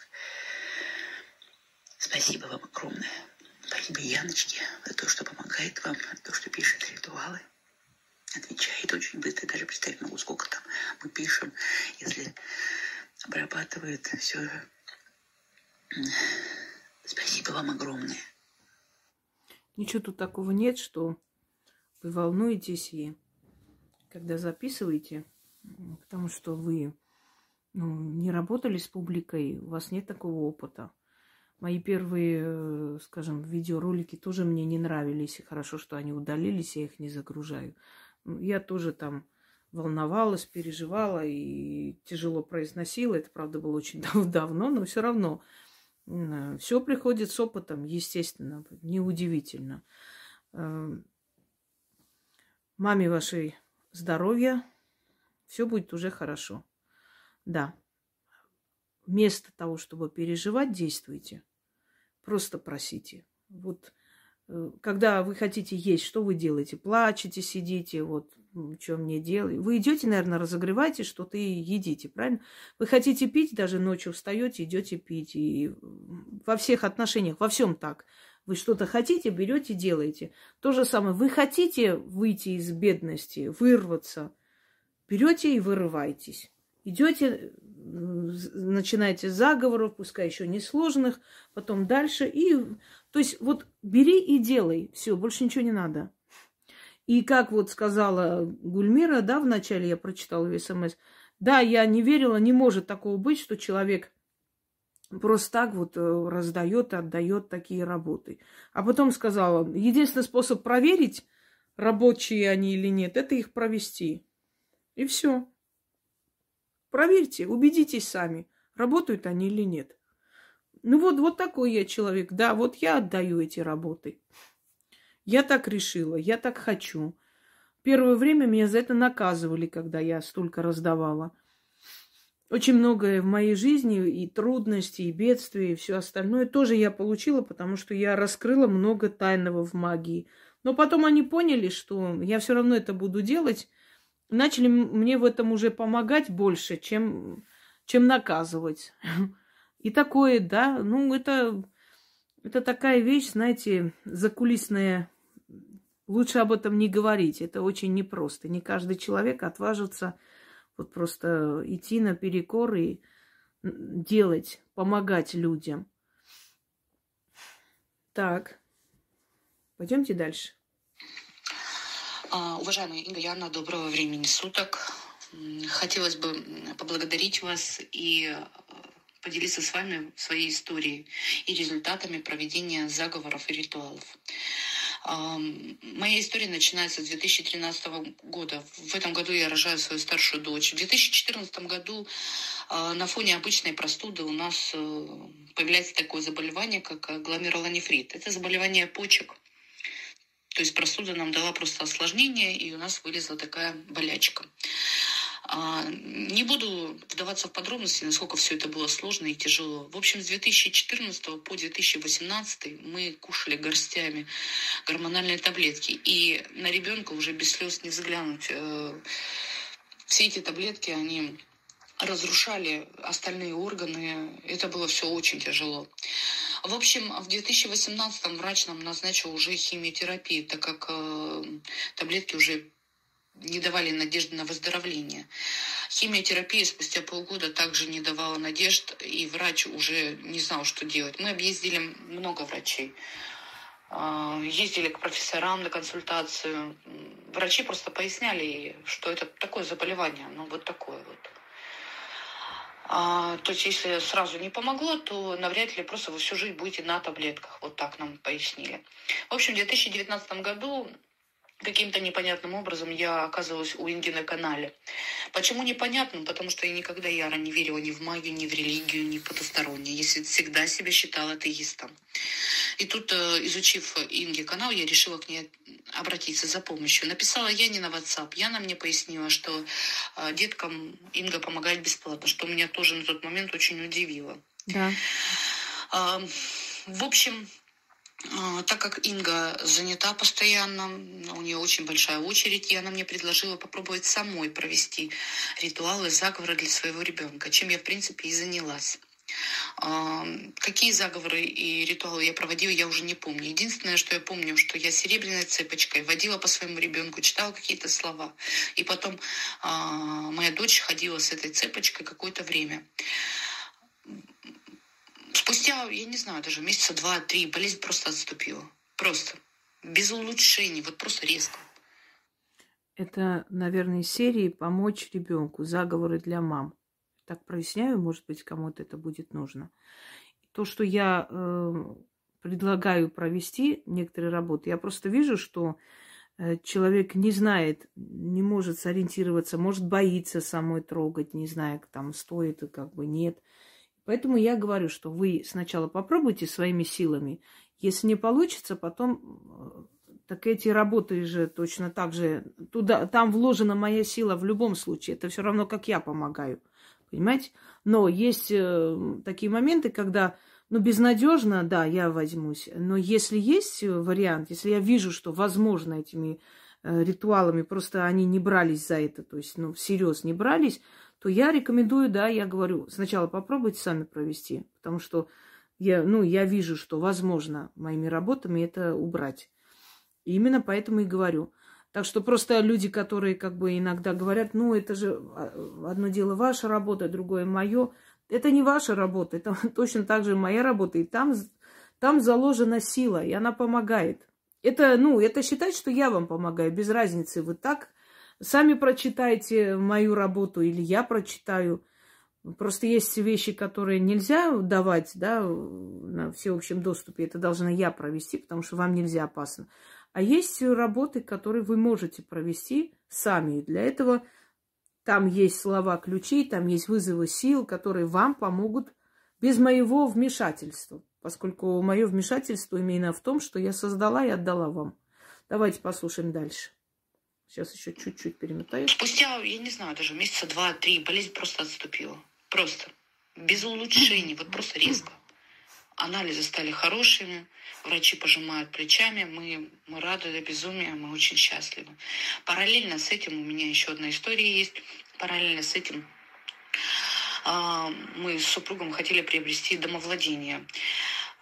[SPEAKER 3] Спасибо вам огромное. Спасибо Яночке за то, что помогает вам, за то, что пишет ритуалы. Отвечает очень быстро, даже представить могу, сколько там мы пишем, если обрабатывает все. Спасибо вам огромное.
[SPEAKER 1] Ничего тут такого нет, что вы волнуетесь, и когда записываете, потому что вы ну, не работали с публикой, у вас нет такого опыта. Мои первые, скажем, видеоролики тоже мне не нравились, и хорошо, что они удалились, я их не загружаю. Я тоже там волновалась, переживала и тяжело произносила. Это, правда, было очень дав- давно, но все равно все приходит с опытом, естественно, неудивительно. Маме вашей здоровья, все будет уже хорошо. Да, вместо того, чтобы переживать, действуйте. Просто просите. Вот когда вы хотите есть, что вы делаете? Плачете, сидите, вот, что мне делать? Вы идете, наверное, разогреваете что-то и едите, правильно? Вы хотите пить, даже ночью встаете, идете пить. И во всех отношениях, во всем так. Вы что-то хотите, берете, делаете. То же самое. Вы хотите выйти из бедности, вырваться, берете и вырываетесь. Идете, начинаете с заговоров, пускай еще несложных, потом дальше. И, то есть вот бери и делай. Все, больше ничего не надо. И как вот сказала Гульмира, да, вначале я прочитала в СМС, да, я не верила, не может такого быть, что человек просто так вот раздает и отдает такие работы. А потом сказала, единственный способ проверить, рабочие они или нет, это их провести. И все. Проверьте, убедитесь сами, работают они или нет. Ну вот, вот такой я человек. Да, вот я отдаю эти работы. Я так решила, я так хочу. Первое время меня за это наказывали, когда я столько раздавала. Очень многое в моей жизни, и трудности, и бедствия, и все остальное тоже я получила, потому что я раскрыла много тайного в магии. Но потом они поняли, что я все равно это буду делать, начали мне в этом уже помогать больше, чем, чем наказывать. И такое, да, ну, это, это такая вещь, знаете, закулисная. Лучше об этом не говорить. Это очень непросто. Не каждый человек отважится вот просто идти наперекор и делать, помогать людям. Так, пойдемте дальше.
[SPEAKER 3] Уважаемая Инга Яна, доброго времени суток. Хотелось бы поблагодарить вас и поделиться с вами своей историей и результатами проведения заговоров и ритуалов. Моя история начинается с две тысячи тринадцатого года. В этом году я рожаю свою старшую дочь. В две тысячи четырнадцатом году на фоне обычной простуды у нас появляется такое заболевание, как гломерулонефрит. Это заболевание почек. То есть простуда нам дала просто осложнение, и у нас вылезла такая болячка. Не буду вдаваться в подробности, насколько все это было сложно и тяжело. В общем, с две тысячи четырнадцатого по две тысячи восемнадцатый мы кушали горстями гормональные таблетки. И на ребенка уже без слез не взглянуть. Все эти таблетки, они разрушали остальные органы. Это было все очень тяжело. В общем, в две тысячи восемнадцатом врач нам назначил уже химиотерапию, так как таблетки уже не давали надежды на выздоровление. Химиотерапия спустя полгода также не давала надежд, и врач уже не знал, что делать. Мы объездили много врачей. Ездили к профессорам на консультацию. Врачи просто поясняли, что это такое заболевание, ну вот такое вот. А, то есть, если сразу не помогло, то навряд ли просто вы всю жизнь будете на таблетках. Вот так нам пояснили. В общем, в две тысячи девятнадцатом году каким-то непонятным образом я оказывалась у Инги на канале. Почему непонятным? Потому что я никогда яро не верила ни в магию, ни в религию, ни в потустороннее. Я всегда себя считала атеистом. И тут, изучив Инги канал, я решила к ней обратиться за помощью. Написала Яне на WhatsApp. Яна мне пояснила, что деткам Инга помогает бесплатно, что меня тоже на тот момент очень удивило.
[SPEAKER 1] Да.
[SPEAKER 3] В общем, так как Инга занята постоянно, у нее очень большая очередь, и она мне предложила попробовать самой провести ритуалы, заговоры для своего ребенка, чем я, в принципе, и занялась. Какие заговоры и ритуалы я проводила, я уже не помню. Единственное, что я помню, что я серебряной цепочкой водила по своему ребенку, читала какие-то слова. И потом моя дочь ходила с этой цепочкой какое-то время. Спустя, я не знаю, даже месяца два-три болезнь просто отступила. Просто. Без улучшений. Вот просто резко.
[SPEAKER 1] Это, наверное, из серии «Помочь ребенку. Заговоры для мам». Так проясняю, может быть, кому-то это будет нужно. То, что я э, предлагаю провести некоторые работы, я просто вижу, что э, человек не знает, не может сориентироваться, может боится самой трогать, не зная, там стоит и как бы нет. Поэтому я говорю, что вы сначала попробуйте своими силами. Если не получится, потом... Так эти работы же точно так же... Туда, там вложена моя сила в любом случае. Это все равно, как я помогаю. Понимаете? Но есть э, такие моменты, когда... Ну, безнадежно, да, я возьмусь. Но если есть вариант, если я вижу, что возможно этими э, ритуалами, просто они не брались за это, то есть, ну, всерьез не брались, то я рекомендую, да, я говорю, сначала попробуйте сами провести, потому что я, ну, я вижу, что возможно моими работами это убрать. И именно поэтому и говорю. Так что просто люди, которые как бы иногда говорят, ну, это же одно дело ваша работа, другое мое. Это не ваша работа, это точно так же моя работа. И там, там заложена сила, и она помогает. Это, ну, это считать, что я вам помогаю, без разницы. Вы так сами прочитаете мою работу или я прочитаю. Просто есть вещи, которые нельзя давать, да, на всеобщем доступе. Это должна я провести, потому что вам нельзя, опасно. А есть работы, которые вы можете провести сами. И для этого там есть слова-ключи, там есть вызовы сил, которые вам помогут без моего вмешательства. Поскольку мое вмешательство именно в том, что я создала и отдала вам. Давайте послушаем дальше. Сейчас еще чуть-чуть перемотаю.
[SPEAKER 3] Спустя, я не знаю, даже месяца два-три болезнь просто отступила. Просто. Без улучшений. Вот просто резко. Анализы стали хорошими. Врачи пожимают плечами. Мы, мы рады до безумия. Мы очень счастливы. Параллельно с этим у меня еще одна история есть. Параллельно с этим мы с супругом хотели приобрести домовладение.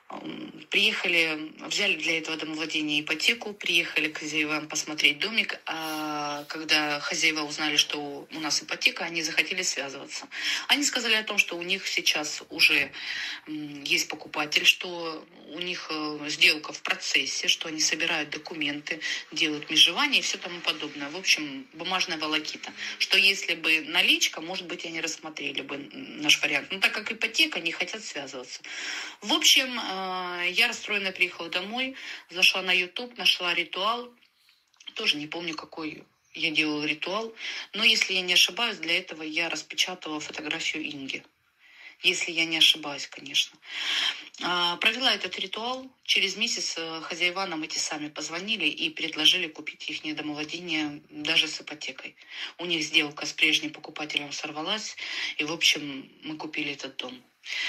[SPEAKER 3] Приехали, взяли для этого домовладения ипотеку, приехали к хозяевам посмотреть домик, а когда хозяева узнали, что у нас ипотека, они захотели связываться. Они сказали о том, что у них сейчас уже есть покупатель, что у них сделка в процессе, что они собирают документы, делают межевание и все тому подобное. В общем, бумажная волокита. Что если бы наличка, может быть, они рассмотрели бы наш вариант. Но так как ипотека, не хотят связываться. В общем, я расстроена приехала домой, зашла на YouTube, нашла ритуал. Тоже не помню, какой я делала ритуал. Но если я не ошибаюсь, для этого я распечатала фотографию Инги. Если я не ошибаюсь, конечно. Провела этот ритуал. Через месяц хозяева нам эти сами позвонили и предложили купить их домовладение даже с ипотекой. У них сделка с прежним покупателем сорвалась. И, в общем, мы купили этот дом.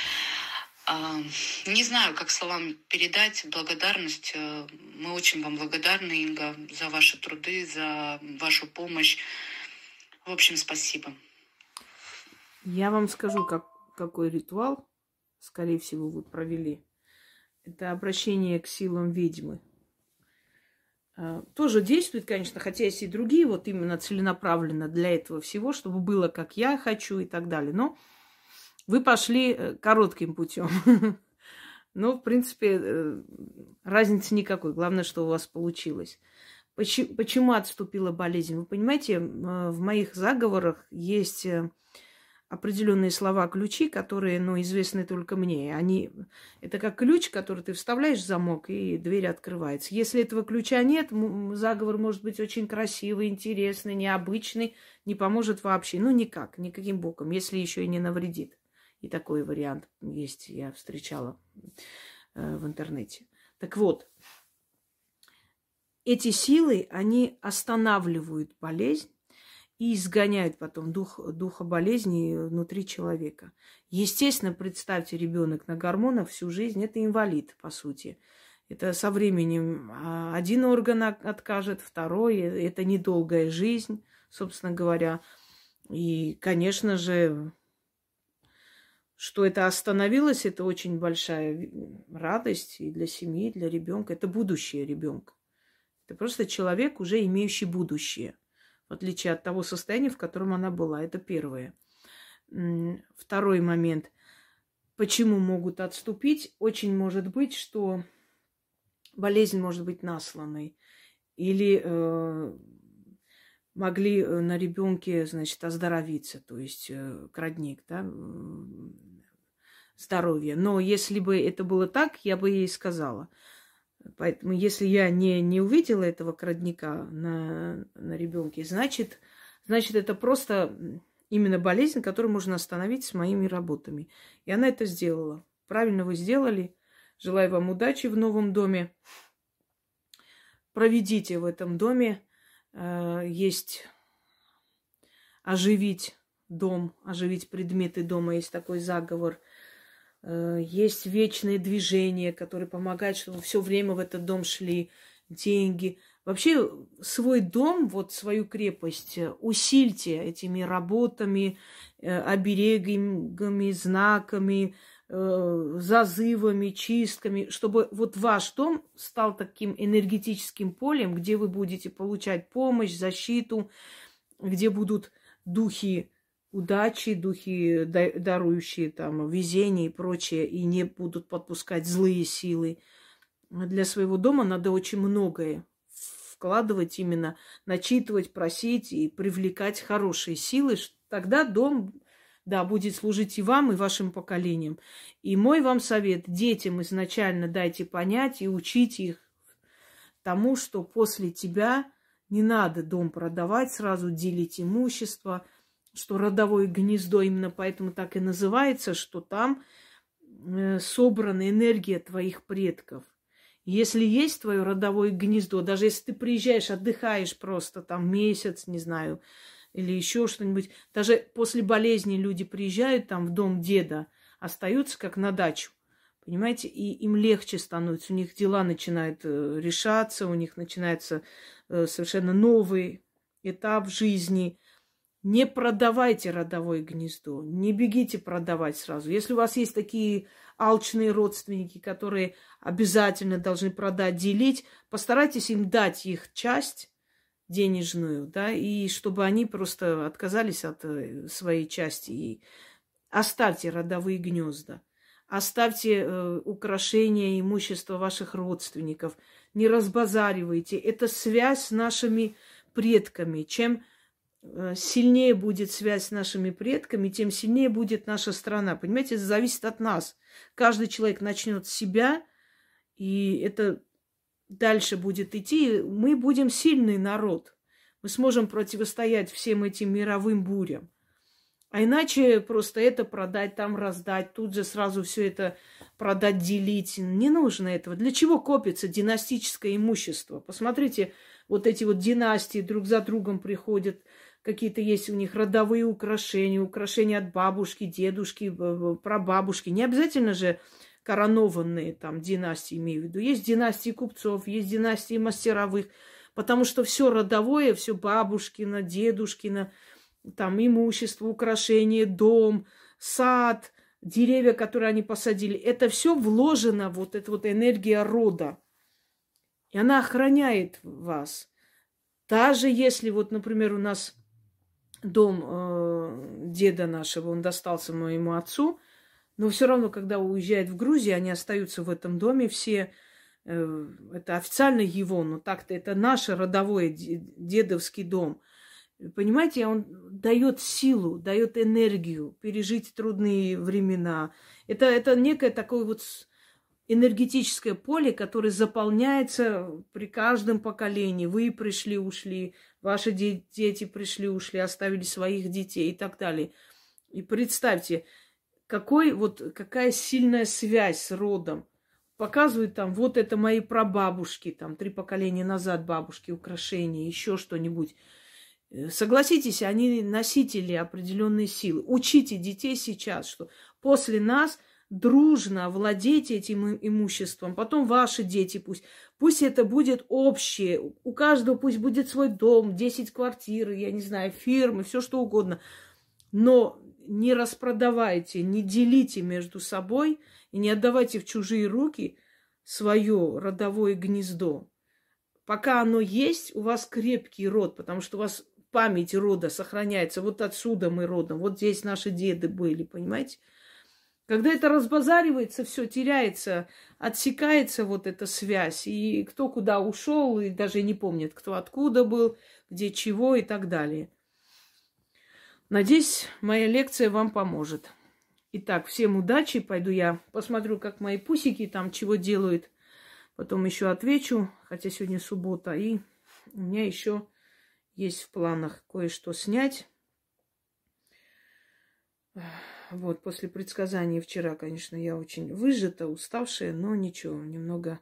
[SPEAKER 3] Не знаю, как словам передать благодарность. Мы очень вам благодарны, Инга, за ваши труды, за вашу помощь. В общем, спасибо.
[SPEAKER 1] Я вам скажу, как, какой ритуал, скорее всего, вы провели. Это обращение к силам ведьмы. Тоже действует, конечно, хотя есть и другие, вот именно целенаправленно для этого всего, чтобы было, как я хочу и так далее. Но вы пошли коротким путем. Но, в принципе, разницы никакой. Главное, что у вас получилось. Почему, почему отступила болезнь? Вы понимаете, в моих заговорах есть определенные слова-ключи, которые, ну, известны только мне. Они, это как ключ, который ты вставляешь в замок, и дверь открывается. Если этого ключа нет, заговор может быть очень красивый, интересный, необычный, не поможет вообще. Ну, никак, никаким боком, если еще и не навредит. И такой вариант есть, я встречала э, в интернете. Так вот, эти силы, они останавливают болезнь и изгоняют потом дух, духа болезни внутри человека. Естественно, представьте, ребенок на гормонах всю жизнь, это инвалид, по сути. Это со временем один орган откажет, второй, это недолгая жизнь, собственно говоря. И, конечно же, что это остановилось, это очень большая радость и для семьи, и для ребенка. Это будущее ребенка. Это просто человек, уже имеющий будущее, в отличие от того состояния, в котором она была. Это первое. Второй момент. Почему могут отступить? Очень может быть, что болезнь может быть насланной. Или э, могли на ребенке, значит, оздоровиться, то есть э, крадник, да, здоровье. Но если бы это было так, я бы ей сказала. Поэтому, если я не, не увидела этого крадника на, на ребенке, значит, значит, это просто именно болезнь, которую можно остановить с моими работами. И она это сделала. Правильно вы сделали. Желаю вам удачи в новом доме. Проведите в этом доме. Есть оживить дом, оживить предметы дома. Есть такой заговор. Есть вечные движения, которые помогают, чтобы все время в этот дом шли деньги. Вообще свой дом, вот свою крепость усильте этими работами, оберегами, знаками, зазывами, чистками, чтобы вот ваш дом стал таким энергетическим полем, где вы будете получать помощь, защиту, где будут духи удачи, духи, дарующие там везение и прочее, и не будут подпускать злые силы. Для своего дома надо очень многое вкладывать, именно начитывать, просить и привлекать хорошие силы. Тогда дом, да, будет служить и вам, и вашим поколениям. И мой вам совет: детям изначально дайте понять и учите их тому, что после тебя не надо дом продавать, сразу делить имущество, что родовое гнездо именно поэтому так и называется, что там э, собрана энергия твоих предков. Если есть твое родовое гнездо, даже если ты приезжаешь, отдыхаешь просто там месяц, не знаю, или еще что-нибудь, даже после болезни люди приезжают там в дом деда, остаются как на дачу, понимаете, и им легче становится, у них дела начинают э, решаться, у них начинается э, совершенно новый этап в жизни. Не продавайте родовое гнездо, не бегите продавать сразу. Если у вас есть такие алчные родственники, которые обязательно должны продать, делить. Постарайтесь им дать их часть денежную, да, и чтобы они просто отказались от своей части. И оставьте родовые гнезда. Оставьте э, украшения, имущество ваших родственников. Не разбазаривайте. Это связь с нашими предками. Чем э, сильнее будет связь с нашими предками, тем сильнее будет наша страна. Понимаете, это зависит от нас. Каждый человек начнет с себя, и это дальше будет идти. Мы будем сильный народ. Мы сможем противостоять всем этим мировым бурям. А иначе просто это продать, там раздать, тут же сразу все это продать, делить. Не нужно этого. Для чего копится династическое имущество? Посмотрите, вот эти вот династии друг за другом приходят. Какие-то есть у них родовые украшения, украшения от бабушки, дедушки, прабабушки. Не обязательно же коронованные там династии, имею в виду. Есть династии купцов, есть династии мастеровых. Потому что все родовое, все бабушкино, дедушкино, там имущество, украшения, дом, сад, деревья, которые они посадили. Это все вложено, вот эта вот энергия рода. И она охраняет вас. Даже если, вот, например, у нас дом э, деда нашего, он достался моему отцу, но все равно, когда уезжает в Грузию, они остаются в этом доме все. Э, это официально его, но так-то это наш родовой дедовский дом. Понимаете, он дает силу, дает энергию пережить трудные времена. Это, это некое такое вот энергетическое поле, которое заполняется при каждом поколении. Вы пришли, ушли, ваши де- дети пришли, ушли, оставили своих детей и так далее. И представьте, какой, вот, какая сильная связь с родом. Показывают там, вот это мои прабабушки, там три поколения назад бабушки, украшения, еще что-нибудь. Согласитесь, они носители определенной силы. Учите детей сейчас, что после нас дружно владейте этим имуществом. Потом ваши дети пусть. Пусть это будет общее. У каждого пусть будет свой дом, десять квартир, я не знаю, фирмы, все что угодно. Но не распродавайте, не делите между собой и не отдавайте в чужие руки свое родовое гнездо. Пока оно есть, у вас крепкий род, потому что у вас память рода сохраняется. Вот отсюда мы родом, вот здесь наши деды были, понимаете? Когда это разбазаривается, все теряется, отсекается вот эта связь. И кто куда ушел, и даже не помнит, кто откуда был, где чего и так далее. Надеюсь, моя лекция вам поможет. Итак, всем удачи. Пойду я посмотрю, как мои пусики там чего делают. Потом еще отвечу, хотя сегодня суббота. И у меня еще есть в планах кое-что снять. Вот, после предсказания вчера, конечно, я очень выжата, уставшая, но ничего, немного,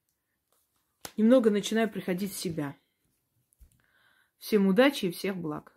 [SPEAKER 1] немного начинаю приходить в себя. Всем удачи и всех благ.